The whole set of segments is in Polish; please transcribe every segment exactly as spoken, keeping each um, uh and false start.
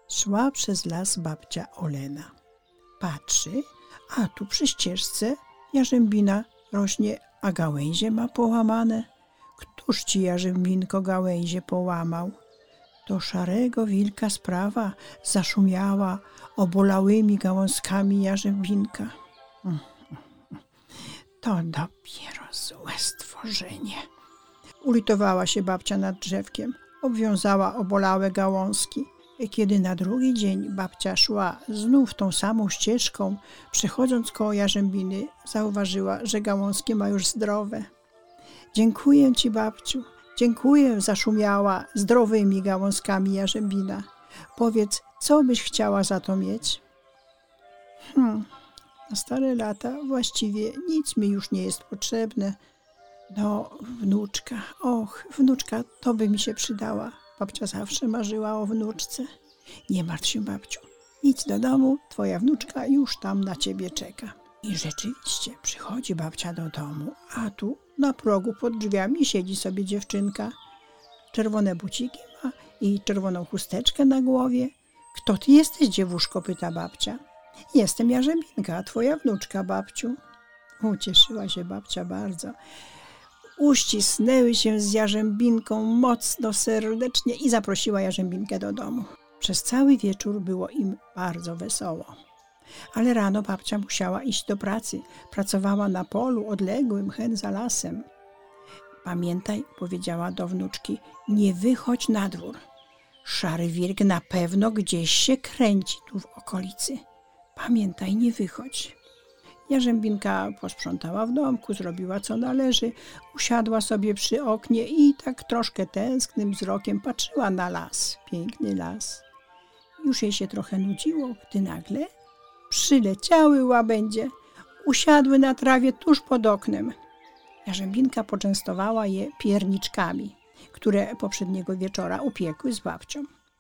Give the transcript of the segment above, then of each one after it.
Szła przez las babcia Olena. Patrzy, a tu przy ścieżce jarzębina rośnie, a gałęzie ma połamane. Któż ci, jarzębinko, gałęzie połamał? To szarego wilka sprawa, zaszumiała obolałymi gałązkami jarzębinka. To dopiero złe stworzenie. Ulitowała się babcia nad drzewkiem, obwiązała obolałe gałązki. Kiedy na drugi dzień babcia szła znów tą samą ścieżką, przechodząc koło jarzębiny, zauważyła, że gałązki ma już zdrowe. Dziękuję ci, babciu, dziękuję, zaszumiała zdrowymi gałązkami jarzębina. Powiedz, co byś chciała za to mieć? Hmm, na stare lata właściwie nic mi już nie jest potrzebne. No, wnuczka, och, wnuczka, to by mi się przydała. Babcia zawsze marzyła o wnuczce. Nie martw się, babciu. Idź do domu, twoja wnuczka już tam na ciebie czeka. I rzeczywiście przychodzi babcia do domu, a tu na progu pod drzwiami siedzi sobie dziewczynka. Czerwone buciki ma i czerwoną chusteczkę na głowie. Kto ty jesteś, dziewuszko? Pyta babcia. Jestem Jarzębinka, twoja wnuczka, babciu. Ucieszyła się babcia bardzo. Uścisnęły się z Jarzębinką mocno, serdecznie i zaprosiła Jarzębinkę do domu. Przez cały wieczór było im bardzo wesoło. Ale rano babcia musiała iść do pracy. Pracowała na polu odległym, hen za lasem. Pamiętaj, powiedziała do wnuczki, nie wychodź na dwór. Szary wilk na pewno gdzieś się kręci tu w okolicy. Pamiętaj, nie wychodź. Jarzębinka posprzątała w domku, zrobiła co należy, usiadła sobie przy oknie i tak troszkę tęsknym wzrokiem patrzyła na las, piękny las. Już jej się trochę nudziło, gdy nagle przyleciały łabędzie, usiadły na trawie tuż pod oknem. Jarzębinka poczęstowała je pierniczkami, które poprzedniego wieczora upiekły z babcią.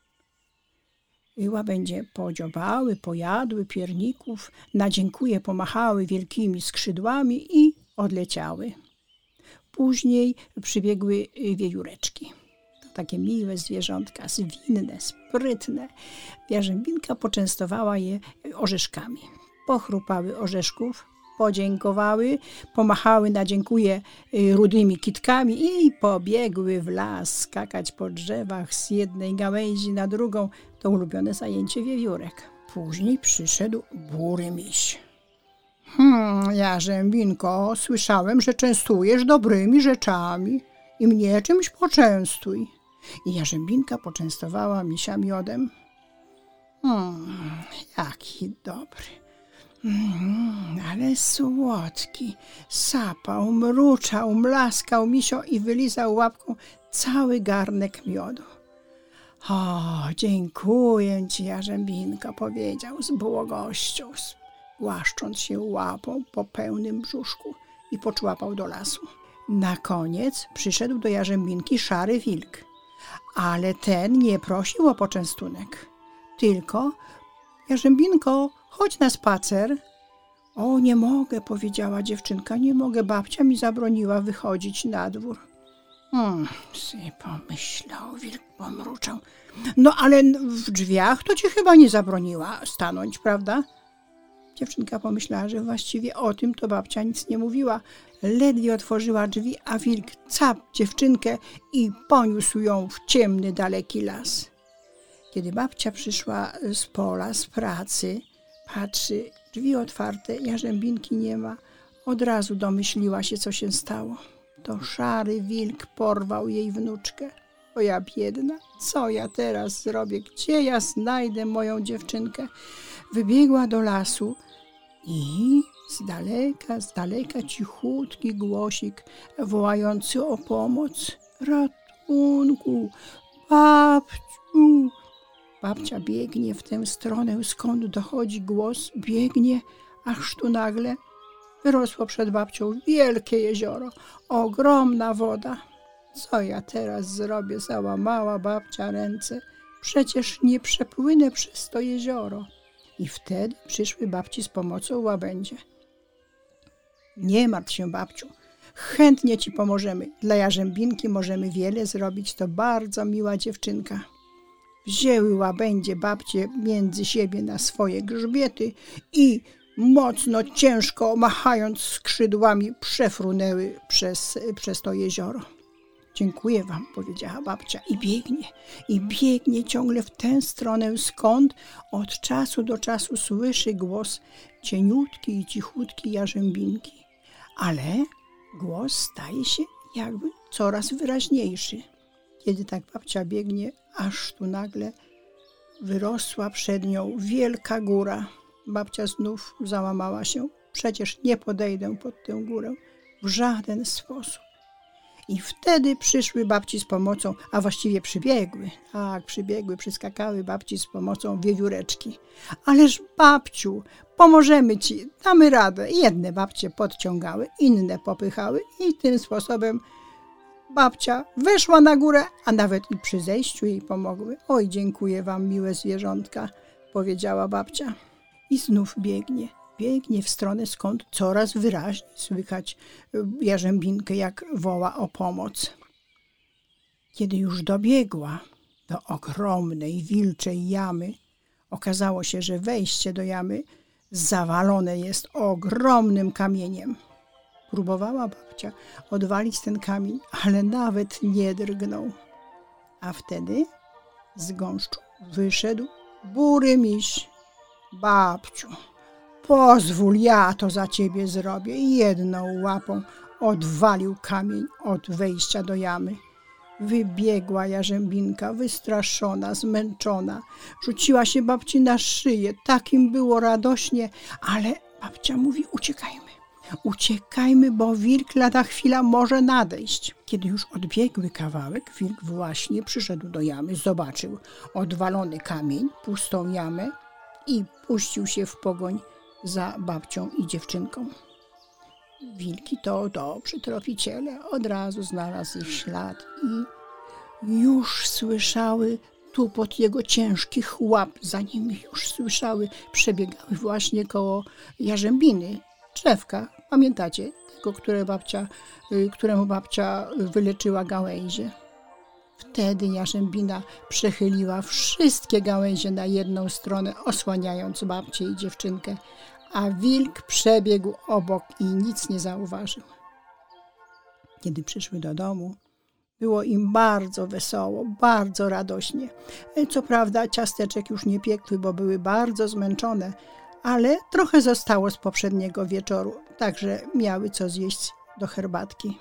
I łabędzie podziobały, pojadły pierników, na dziękuję pomachały wielkimi skrzydłami i odleciały. Później przybiegły wiewióreczki. To takie miłe zwierzątka, zwinne, sprytne. Jarzębinka poczęstowała je orzeszkami. Pochrupały orzeszków, podziękowały, pomachały na dziękuję rudymi kitkami i pobiegły w las skakać po drzewach z jednej gałęzi na drugą. To ulubione zajęcie wiewiórek. Później przyszedł bury miś. Hmm, Jarzębinko, słyszałem, że częstujesz dobrymi rzeczami i mnie czymś poczęstuj. I Jarzębinka poczęstowała misia miodem. Hmm, jaki dobry. Mm, ale słodki. Sapał, mruczał, mlaskał misio i wylizał łapką cały garnek miodu. O, dziękuję ci, Jarzębinko, powiedział z błogością, głaszcząc się łapą po pełnym brzuszku i poczłapał do lasu. Na koniec przyszedł do Jarzębinki szary wilk, ale ten nie prosił o poczęstunek, tylko Jarzębinko, chodź na spacer. O, nie mogę, powiedziała dziewczynka, nie mogę, babcia mi zabroniła wychodzić na dwór. Hmm, sobie pomyślał, wilk pomruczał. No ale w drzwiach to ci chyba nie zabroniła stanąć, prawda? Dziewczynka pomyślała, że właściwie o tym to babcia nic nie mówiła. Ledwie otworzyła drzwi, a wilk cap dziewczynkę i poniósł ją w ciemny, daleki las. Kiedy babcia przyszła z pola, z pracy, patrzy, drzwi otwarte, Jarzębinki nie ma. Od razu domyśliła się, co się stało. To szary wilk porwał jej wnuczkę. O ja biedna, co ja teraz zrobię? Gdzie ja znajdę moją dziewczynkę? Wybiegła do lasu i z daleka, z daleka cichutki głosik wołający o pomoc. Ratunku, babciu! Babcia biegnie w tę stronę, skąd dochodzi głos, biegnie, aż tu nagle wyrosło przed babcią wielkie jezioro, ogromna woda. Co ja teraz zrobię? Załamała babcia ręce. Przecież nie przepłynę przez to jezioro. I wtedy przyszły babci z pomocą łabędzie. Nie martw się, babciu. Chętnie ci pomożemy. Dla Jarzębinki możemy wiele zrobić. To bardzo miła dziewczynka. Wzięły łabędzie babcie między siebie na swoje grzbiety i mocno, ciężko machając skrzydłami przefrunęły przez, przez to jezioro. Dziękuję wam, powiedziała babcia i biegnie, i biegnie ciągle w tę stronę, skąd od czasu do czasu słyszy głos cieniutki i cichutki jarzębinki. Ale głos staje się jakby coraz wyraźniejszy. Kiedy tak babcia biegnie, aż tu nagle wyrosła przed nią wielka góra. Babcia znów załamała się. Przecież nie podejdę pod tę górę w żaden sposób. I wtedy przyszły babci z pomocą, a właściwie przybiegły. Tak, przybiegły, przyskakały babci z pomocą wiewióreczki. Ależ babciu, pomożemy ci, damy radę. Jedne babcie podciągały, inne popychały i tym sposobem babcia weszła na górę, a nawet i przy zejściu jej pomogły. Oj, dziękuję wam, miłe zwierzątka, powiedziała babcia. I znów biegnie. Biegnie w stronę, skąd coraz wyraźniej słychać jarzębinkę, jak woła o pomoc. Kiedy już dobiegła do ogromnej, wilczej jamy, okazało się, że wejście do jamy zawalone jest ogromnym kamieniem. Próbowała babcia odwalić ten kamień, ale nawet nie drgnął. A wtedy z gąszczu wyszedł bury miś. Babciu, pozwól, ja to za ciebie zrobię. I jedną łapą odwalił kamień od wejścia do jamy. Wybiegła jarzębinka, wystraszona, zmęczona. Rzuciła się babci na szyję. Tak im było radośnie, ale babcia mówi: uciekajmy. Uciekajmy, bo wilk lada chwila może nadejść. Kiedy już odbiegły kawałek, wilk właśnie przyszedł do jamy, zobaczył odwalony kamień, pustą jamę i puścił się w pogoń za babcią i dziewczynką. Wilki to dobrzy tropiciele, od razu znalazł ich ślad i już słyszały tupot jego ciężkich łap, za nim już słyszały, przebiegały właśnie koło jarzębiny, drzewka, pamiętacie, tego, które babcia, któremu babcia wyleczyła gałęzie. Wtedy jarzębina przechyliła wszystkie gałęzie na jedną stronę, osłaniając babcię i dziewczynkę, a wilk przebiegł obok i nic nie zauważył. Kiedy przyszły do domu, było im bardzo wesoło, bardzo radośnie. Co prawda ciasteczek już nie piekły, bo były bardzo zmęczone, ale trochę zostało z poprzedniego wieczoru, także miały co zjeść do herbatki.